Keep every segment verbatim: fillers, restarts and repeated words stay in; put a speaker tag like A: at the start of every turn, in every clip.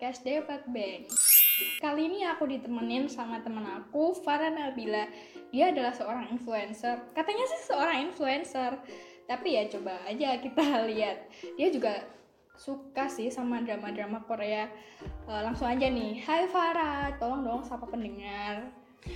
A: podcast Debat Bang. Kali ini aku ditemenin sama teman aku, Farah Nabila. Dia adalah seorang influencer. Katanya sih seorang influencer. Tapi ya coba aja kita lihat. Dia juga suka sih sama drama-drama Korea. Uh, langsung aja nih. Hai Farah, tolong dong sapa pendengar.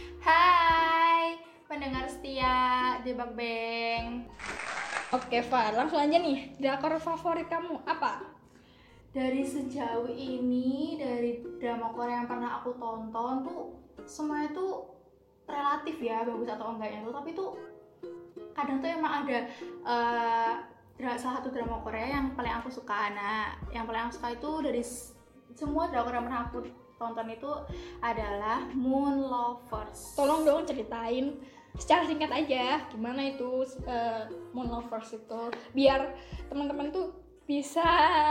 B: Hai pendengar setia Debat Bang.
A: Oke Far, langsung aja nih. Drakor favorit kamu apa?
B: Dari sejauh ini, dari drama Korea yang pernah aku tonton tuh semuanya tuh relatif ya, bagus atau enggaknya tuh. Tapi tuh kadang tuh emang ada uh, salah satu drama Korea yang paling aku suka. Nah, yang paling aku suka itu dari semua drakor yang pernah aku tonton itu adalah Moon Lovers.
A: Tolong dong ceritain secara singkat aja gimana itu uh, Moon Lovers itu, biar teman-teman tuh bisa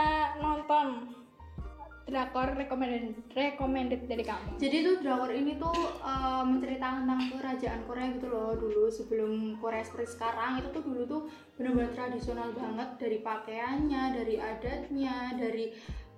A: nonton drakor recommended recommended dari kamu.
B: Jadi tuh drakor ini tuh uh, menceritakan tentang kerajaan Korea gitu loh, dulu sebelum Korea seperti sekarang. Itu tuh dulu tuh benar-benar tradisional banget, dari pakaiannya, dari adatnya, dari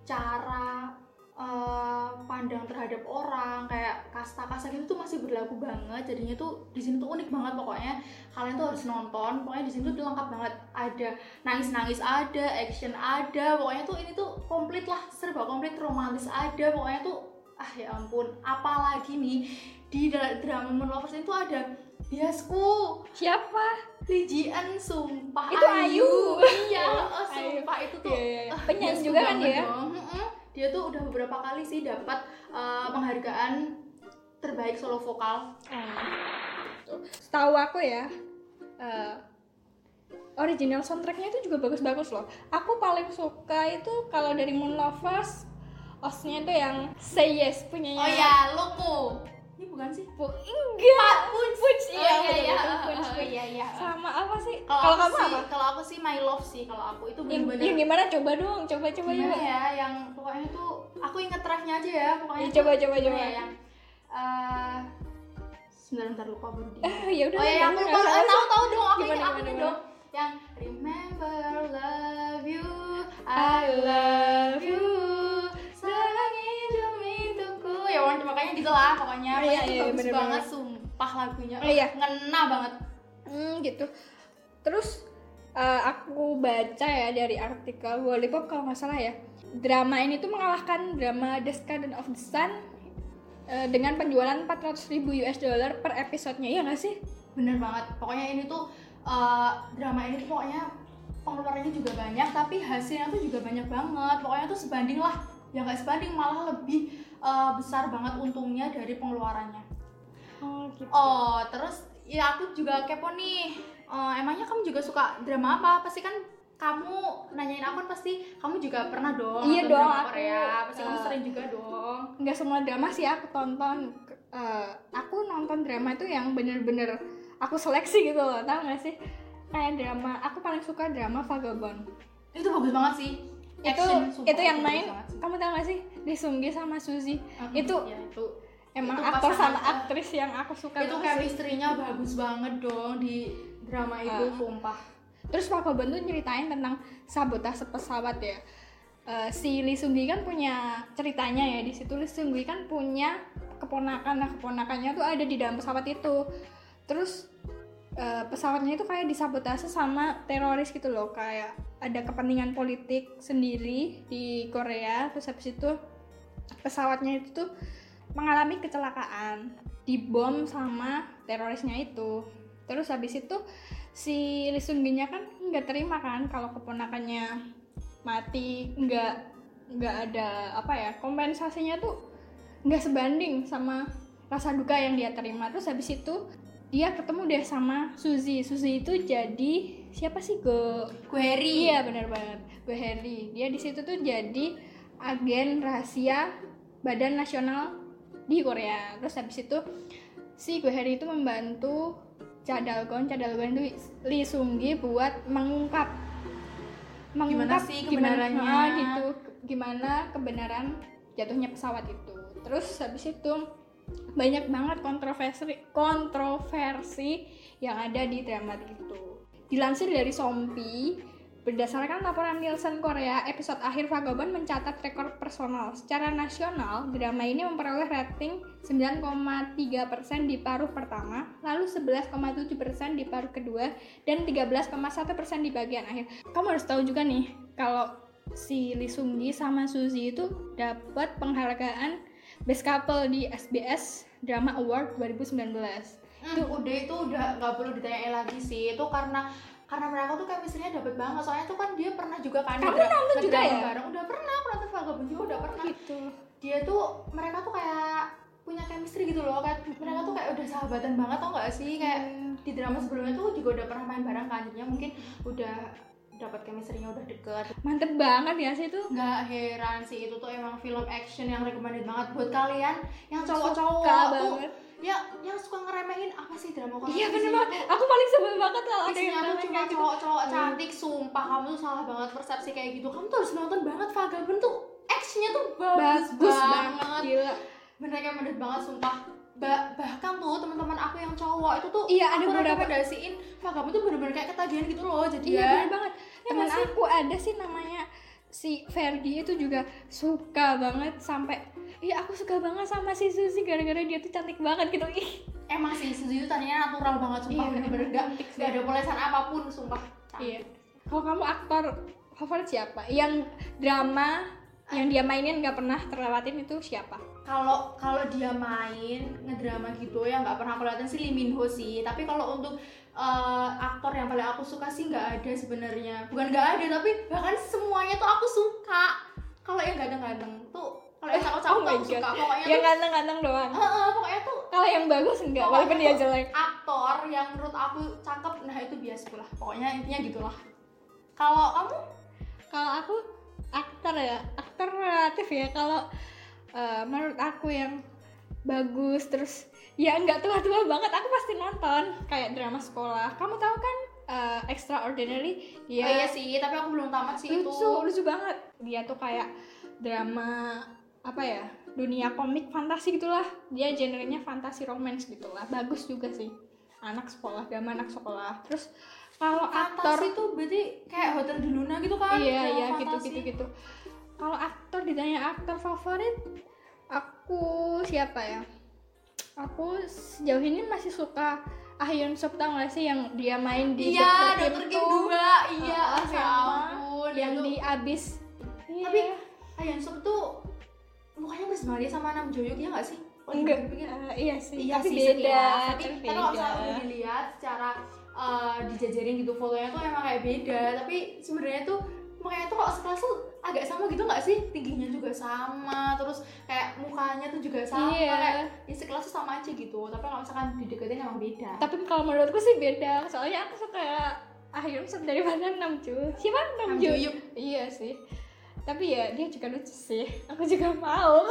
B: cara uh, pandang terhadap orang, kayak kasta-kasta gitu tuh masih berlaku banget. Jadinya tuh di sini tuh unik banget pokoknya. Kalian tuh harus nonton. Pokoknya di sini tuh lengkap banget. Ada nangis-nangis ada, action ada. Pokoknya tuh ini tuh komplit lah, serba komplit, romantis ada. Pokoknya tuh ah ya ampun, apalagi nih di drama Moon Lovers itu ada biasku.
A: Siapa?
B: Lee Ji-eun, sumpah.
A: Itu Ayu.
B: Iya, oh, sumpah itu tuh.
A: Iya, iya, iya.
B: Uh,
A: penyanyi juga kan dia.
B: Dia tuh udah beberapa kali sih dapat uh, penghargaan terbaik solo vokal.
A: Hmm. Setahu aku ya, uh, original soundtracknya itu juga bagus-bagus loh. Aku paling suka itu kalau dari Moon Lovers, O S T-nya itu yang Say Yes punyanya.
B: Oh ya, Loku. Ini bukan sih?
A: Bu, enggak.
B: Punch.
A: Punch.
B: Oh,
A: Iya,
B: iya, iya.
A: Punch.
B: Oh, iya, iya.
A: Sama apa sih?
B: Kalau
A: kamu
B: sih,
A: apa?
B: Kalau aku sih My Love sih. Kalau aku itu benar-benar.
A: Yang gimana? Coba dong. Coba coba
B: Gimana
A: coba.
B: ya? Yang pokoknya tuh aku inget tracknya aja ya. Pokoknya.
A: Ya, coba coba coba.
B: Ya, yang uh, sebentar bentar lupa baru dia.
A: Eh, ya udah.
B: Oh ya, aku lupa. Eh, tahu tahu dong. Aku
A: gimana,
B: ingat aku
A: gimana,
B: ingat dong. Yang Remember Love You, I love you. Ya pokoknya makanya gitu lah pokoknya.
A: Oh, iya, iya,
B: bagus
A: bener
B: banget
A: banget.
B: Sumpah lagunya.
A: Oh, iya.
B: Ngena banget.
A: Hmm, gitu. Terus uh, aku baca ya dari artikel Wallipop kalau nggak salah ya, drama ini tuh mengalahkan drama The Garden of the Sun uh, dengan penjualan empat ratus ribu U S dollar per episodenya, iya nggak sih?
B: Bener banget. Pokoknya ini tuh uh, drama ini tuh pokoknya pengeluarannya juga banyak, tapi hasilnya tuh juga banyak banget. Pokoknya tuh sebanding lah, ya nggak sebanding, malah lebih uh, besar banget untungnya dari pengeluarannya.
A: Oh gitu.
B: Oh terus ya aku juga kepo nih, uh, emangnya kamu juga suka drama apa? Pasti kan kamu nanyain aku kan, pasti kamu juga pernah dong
A: iya
B: nonton
A: dong,
B: drama
A: aku,
B: Korea. Pasti uh, kamu
A: uh,
B: sering juga dong.
A: Nggak semua drama sih aku tonton. Uh, aku nonton drama itu yang bener-bener aku seleksi gitu loh, tau nggak sih? Kayak drama, aku paling suka drama Vagabond.
B: Itu bagus banget sih.
A: Itu
B: Action, sumpah,
A: itu yang
B: itu
A: main,
B: sih.
A: kamu tau gak sih? Lee Seung Gi sama Suzy.
B: Uh,
A: itu,
B: ya, itu
A: emang
B: itu
A: aktor sama
B: pasangan,
A: aktris yang aku suka.
B: itu chemistry-nya bagus banget dong di drama itu, uh. sumpah.
A: Terus Vagabond tuh nyeritain tentang sabotase pesawat ya. Uh, si Lee Seung Gi kan punya ceritanya ya, di situ Lee Seung Gi kan punya keponakan, nah keponakannya tuh ada di dalam pesawat itu. Terus uh, pesawatnya itu kayak disabotase sama teroris gitu loh, kayak ada kepentingan politik sendiri di Korea. Terus habis itu pesawatnya itu tuh mengalami kecelakaan, dibom sama terorisnya itu. Terus habis itu si Lee Seung Gi-nya kan nggak terima kan kalau keponakannya mati, nggak nggak ada apa ya, kompensasinya tuh nggak sebanding sama rasa duka yang dia terima. Terus habis itu dia ketemu deh sama Suzy. Suzy itu jadi siapa sih? Go
B: Go Harry.
A: Iya benar banget, Go Harry. Dia di situ tuh jadi agen rahasia Badan Nasional di Korea. Terus habis itu si Go Harry itu membantu Cha Dalgon, Cha Dalgon itu Lee Seung Gi buat mengungkap mengungkap
B: gimana sih
A: kebenarannya
B: kebenarannya
A: gitu, gimana kebenaran jatuhnya pesawat itu. Terus habis itu banyak banget kontroversi kontroversi yang ada di drama itu. Dilansir dari Sompi, Berdasarkan laporan Nielsen Korea, episode akhir Vagabond mencatat rekor personal. Secara nasional, drama ini memperoleh rating sembilan koma tiga persen di paruh pertama, lalu sebelas koma tujuh persen di paruh kedua, dan tiga belas koma satu persen di bagian akhir. Kamu harus tahu juga nih, kalau si Lee Seung Gi sama Suzy itu dapat penghargaan Best Couple di S B S Drama Award dua ribu sembilan belas.
B: Hmm, itu udah itu udah nggak perlu ditanyain lagi sih, itu karena karena mereka tuh chemistry-nya dapet banget. Soalnya tuh kan dia pernah juga kan
A: kamu nonton juga ya
B: bareng. Udah pernah, aku nonton Vagabond juga udah pernah
A: gitu.
B: Dia tuh mereka tuh kayak punya chemistry gitu loh, kayak hmm. mereka tuh kayak udah sahabatan banget, tau gak sih, kayak hmm. di drama sebelumnya tuh juga udah pernah main bareng kan, jadinya mungkin udah dapat chemistry-nya udah deket.
A: Mantep banget ya sih itu.
B: Nggak heran sih, itu tuh emang film action yang recommended banget buat kalian yang cowok-cowok tuh
A: banget.
B: Ya, yang suka ngeremehin apa sih drama Korea?
A: Iya bener banget, aku paling sebel banget kalau ada yang
B: tuh cuma
A: gitu.
B: cowok-cowok cantik, sumpah kamu tuh salah banget persepsi kayak gitu. Kamu tuh harus nonton banget Vagabond tuh, actionnya tuh bagus,
A: bagus
B: banget,
A: banget. Gila.
B: Bener kayak menurut banget sumpah. Ba- bahkan tuh teman-teman aku yang cowok itu tuh
A: iya, ada
B: aku
A: beberapa
B: rekomendasiin Vagabond tuh bener-bener kayak ketagihan gitu loh. Jadi
A: iya
B: ya,
A: bener banget. Temen aku ada sih namanya si Ferdi itu juga suka banget sampai iya aku suka banget sama si Suzy gara-gara dia tuh cantik banget gitu. Ih,
B: emang sih Suzy itu tadinya natural banget sumpah,
A: iya,
B: bener-bener gak, gak ada polesan apapun sumpah.
A: Iya. Kalau kamu aktor favorit siapa? Yang drama yang dia mainin nggak pernah terlewatin itu siapa?
B: Kalau kalau dia main ngedrama gitu yang nggak pernah aku liatin sih Lee Min Ho sih. Tapi kalau untuk uh, aktor yang paling aku suka sih nggak ada sebenarnya. Bukan nggak ada, tapi bahkan semuanya tuh aku suka. Kalau yang ganteng-ganteng tuh, kalau yang cakep-cakep
A: oh
B: tuh aku suka. Pokoknya
A: yang
B: tuh
A: ganteng-ganteng doang.
B: Uh, uh, pokoknya tuh
A: kalau yang bagus enggak, walaupun dia jelek.
B: Aktor yang menurut aku cakep, nah itu biasa lah. Pokoknya intinya gitulah. Kalau kamu?
A: Kalau aku aktor ya, aktor relatif ya. Kalau uh, menurut aku yang bagus terus ya nggak tua-tua banget, aku pasti nonton kayak drama sekolah. Kamu tahu kan uh, Extraordinary? Dia
B: oh iya sih, tapi aku belum tamat sih
A: lucu,
B: itu.
A: Lucu banget. Dia tuh kayak drama apa ya? Dunia komik fantasi gitulah. Dia genrenya fantasi romance gitulah. Bagus juga sih. Anak sekolah, drama anak sekolah. Terus kalau aktor
B: itu berarti kayak Hotel de Luna gitu kan?
A: Iya, iya gitu-gitu gitu. Kalau aktor ditanya aktor favorit, aku siapa ya? Aku sejauh ini masih suka Ah Hyun Suk, tau gak sih yang dia main di
B: Iya, Dokter Kim dua. Iya,
A: uh,
B: ya ampun.
A: Yang di Abyss.
B: Tapi Ah Hyun Suk tuh mukanya mirip banget dia sama Nam Jo Hyuk, ya gak sih?
A: Oh, enggak, uh, iya sih,
B: iya
A: tapi
B: sih,
A: beda,
B: sekilas. Tapi
A: beda.
B: kalau misalnya dilihat secara uh, dijajarin gitu fotonya tuh emang kayak beda. Tapi sebenarnya tuh makanya tuh kalau sekelas tuh agak sama gitu nggak sih, tingginya juga sama, terus kayak mukanya tuh juga sama,
A: iya.
B: Kayak di sekelas tuh sama aja gitu. Tapi kalau misalkan dideketin emang beda.
A: Tapi kalau menurutku sih beda, soalnya aku suka Ah Hyun Suk daripada Nam Jo. Siapa Nam Jo? Iya sih. Tapi ya dia juga lucu sih. Aku juga mau.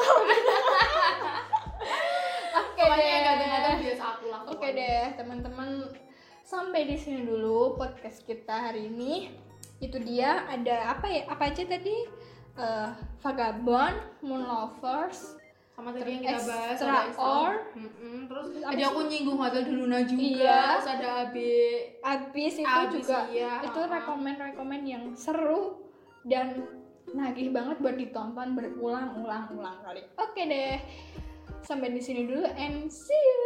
A: Oke deh.
B: Kadang-kadang biasa aku lah.
A: Oke deh, teman-teman. Sampai di sini dulu podcast kita hari ini. Itu dia, ada apa ya? Apa aja tadi? Uh, Vagabond, Moon Lovers,
B: sama tadi yang kita bahas
A: Extra Or,
B: mm-mm. terus ada aku nyinggung Hotel de Luna juga,
A: iya.
B: Terus ada A B
A: Abyss itu
B: Abyss,
A: juga
B: iya.
A: itu rekomen-rekomen yang seru dan nagih banget buat ditonton berulang-ulang-ulang kali. Oke deh, sampai di sini dulu and see you.